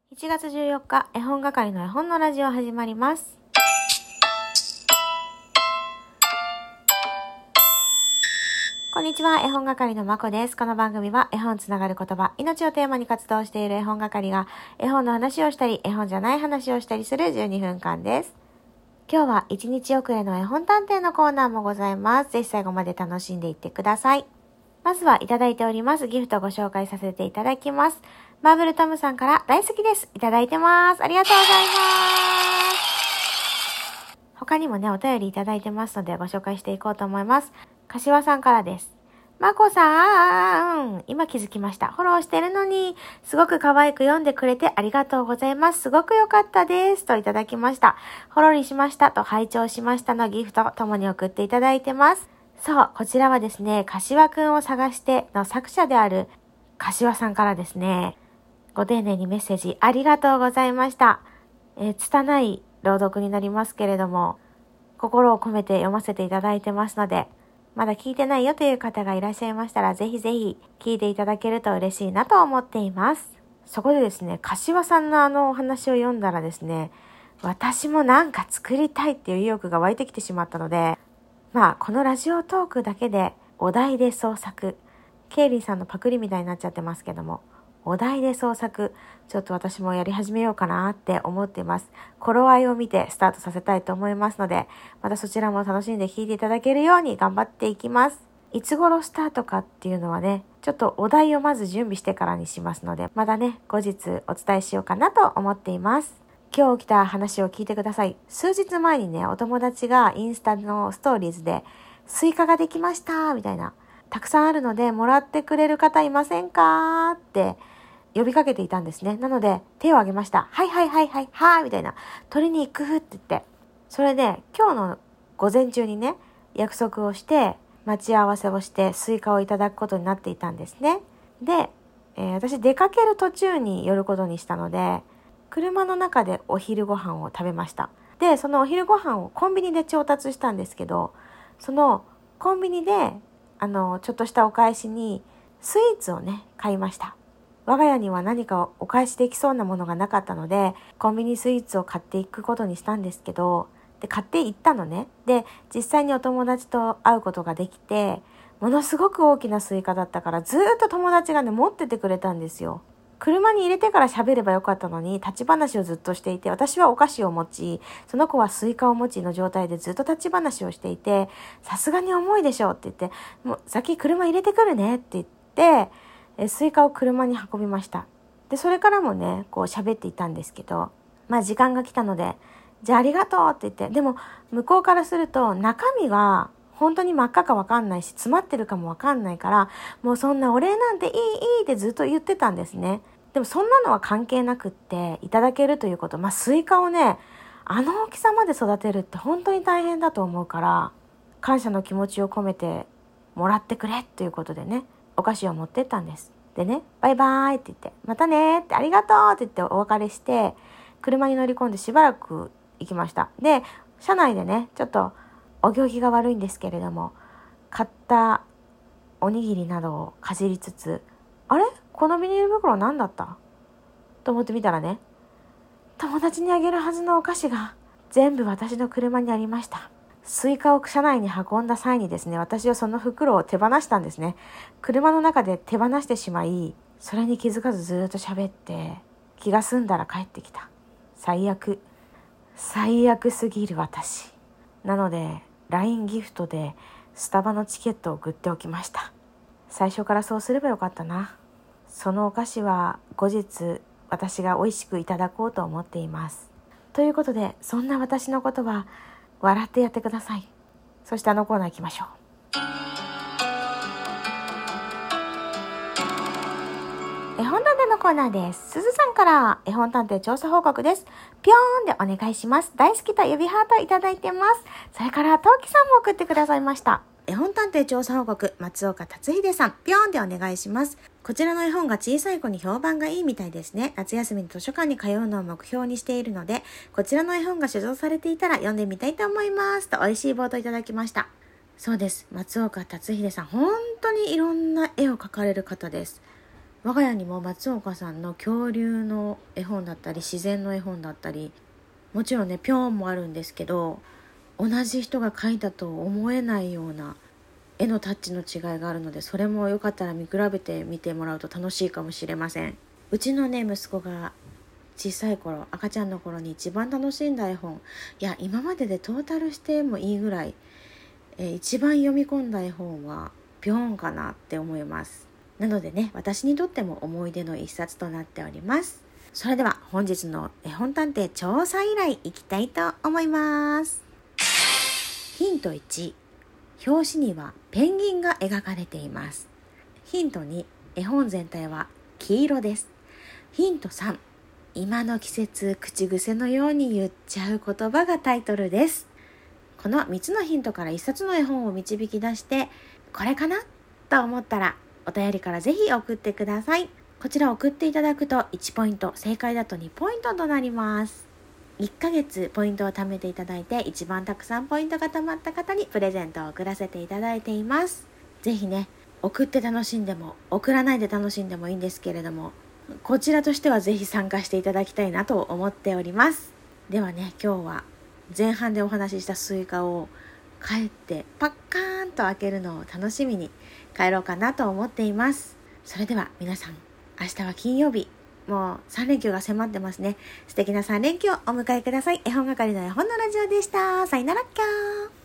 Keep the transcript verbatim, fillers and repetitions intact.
いちがつじゅうよっか、絵本係の絵本のラジオ始まります。こんにちは、絵本係のまこです。この番組は絵本つながる言葉、命をテーマに活動している絵本係が絵本の話をしたり、絵本じゃない話をしたりするじゅうにふんかんです。今日はいちにち遅れの絵本探偵のコーナーもございます。ぜひ最後まで楽しんでいってください。まずはいただいておりますギフトをご紹介させていただきます。マーブルトムさんから大好きです。いただいてます。ありがとうございます。他にもね、お便りいただいてますのでご紹介していこうと思います。柏さんからです。まこさん、今気づきました。フォローしてるのに、すごく可愛く読んでくれてありがとうございます。すごく良かったです。といただきました。フォローにしましたと拝聴しましたのギフトともに送っていただいてます。そう、こちらはですね、柏くんを探しての作者である柏さんからですね、ご丁寧にメッセージありがとうございました。えー、拙い朗読になりますけれども、心を込めて読ませていただいてますので、まだ聞いてないよという方がいらっしゃいましたら、ぜひぜひ聞いていただけると嬉しいなと思っています。そこでですね、柏さんのあのお話を読んだらですね、私もなんか作りたいっていう意欲が湧いてきてしまったので、まあこのラジオトークだけでお題で創作、ケイリーさんのパクリみたいになっちゃってますけども、お題で創作、ちょっと私もやり始めようかなって思っています。頃合いを見てスタートさせたいと思いますので、またそちらも楽しんで聞いていただけるように頑張っていきます。いつ頃スタートかっていうのはね、ちょっとお題をまず準備してからにしますので、またね、後日お伝えしようかなと思っています。今日起きた話を聞いてください。数日前にね、お友達がインスタのストーリーズで、スイカができましたみたいな、たくさんあるのでもらってくれる方いませんかって呼びかけていたんですね。なので手を挙げました。はいはいはいはいはいみたいな。取りに行くって言って。それで今日の午前中にね、約束をして待ち合わせをしてスイカをいただくことになっていたんですね。で、えー、私出かける途中に寄ることにしたので、車の中でお昼ご飯を食べました。で、そのお昼ご飯をコンビニで調達したんですけど、そのコンビニであのちょっとしたお返しにスイーツをね買いました。我が家には何かお返しできそうなものがなかったので、コンビニスイーツを買っていくことにしたんですけど、で買っていったのね。で実際にお友達と会うことができて、ものすごく大きなスイカだったからずっと友達がね持っててくれたんですよ。車に入れてから喋ればよかったのに立ち話をずっとしていて、私はお菓子を持ち、その子はスイカを持ちの状態でずっと立ち話をしていて、さすがに重いでしょって言って、もう先車入れてくるねって言って、えスイカを車に運びました。でそれからもねこう喋っていたんですけど、まあ時間が来たので、じゃあありがとうって言って、でも向こうからすると中身が本当に真っ赤かわかんないし、詰まってるかもわかんないから、もうそんなお礼なんていいいいってずっと言ってたんですね。でもそんなのは関係なくって、いただけるということ、まあスイカをね、あの大きさまで育てるって本当に大変だと思うから、感謝の気持ちを込めてもらってくれということでね、お菓子を持ってったんです。でね、バイバーイって言って、またねって、ありがとうって言ってお別れして、車に乗り込んでしばらく行きました。で、車内でね、ちょっとお行儀が悪いんですけれども、買ったおにぎりなどをかじりつつ、あれこのビニール袋何だったと思ってみたらね、友達にあげるはずのお菓子が全部私の車にありました。スイカを車内に運んだ際にですね、私はその袋を手放したんですね。車の中で手放してしまい、それに気づかずずっと喋って、気が済んだら帰ってきた。最悪。最悪すぎる私。なので、ライン ギフトでスタバのチケットを送っておきました。最初からそうすればよかったな。そのお菓子は後日私が美味しくいただこうと思っています。ということで、そんな私のことは笑ってやってください。そしてあのコーナー行きましょう。絵本探偵のコーナーです。すずさんから絵本探偵調査報告です。ぴょーんでお願いします。大好きと指ハートいただいてます。それからトウキさんも送ってくださいました。絵本探偵調査報告、松岡達秀さん、ぴょんでお願いします。こちらの絵本が小さい子に評判がいいみたいですね。夏休みの図書館に通うのを目標にしているので、こちらの絵本が所蔵されていたら読んでみたいと思います。と美味しいボードいただきました。そうです。松岡達秀さん、本当にいろんな絵を描かれる方です。 我が家にも松岡さんの恐竜の絵本だったり自然の絵本だったり、もちろんねぴょんもあるんですけど、同じ人が描いたと思えないような絵のタッチの違いがあるので、それもよかったら見比べてみてもらうと楽しいかもしれません。うちのね息子が小さい頃、赤ちゃんの頃に一番楽しんだ絵本、いや今まででトータルしてもいいぐらい、えー、一番読み込んだ絵本はぴょんかなって思います。なのでね、私にとっても思い出の一冊となっております。それでは本日の絵本探偵調査依頼いきたいと思います。ヒントいち、表紙にはペンギンが描かれています。ヒントに、絵本全体は黄色です。ヒントさん、今の季節口癖のように言っちゃう言葉がタイトルです。このみっつのヒントからいっさつの絵本を導き出して、これかなと思ったらお便りからぜひ送ってください。こちら送っていただくといちポイント、正解だとにポイントとなります。いっかげつポイントを貯めていただいて、一番たくさんポイントが貯まった方にプレゼントを送らせていただいています。ぜひね、送って楽しんでも送らないで楽しんでもいいんですけれども、こちらとしてはぜひ参加していただきたいなと思っております。ではね、今日は前半でお話ししたスイカを帰ってパッカーンと開けるのを楽しみに帰ろうかなと思っています。それでは皆さん、明日は金曜日、もうさん連休が迫ってますね。素敵なさん連休をお迎えください。絵本係の絵本のラジオでした。さよならっきゃー。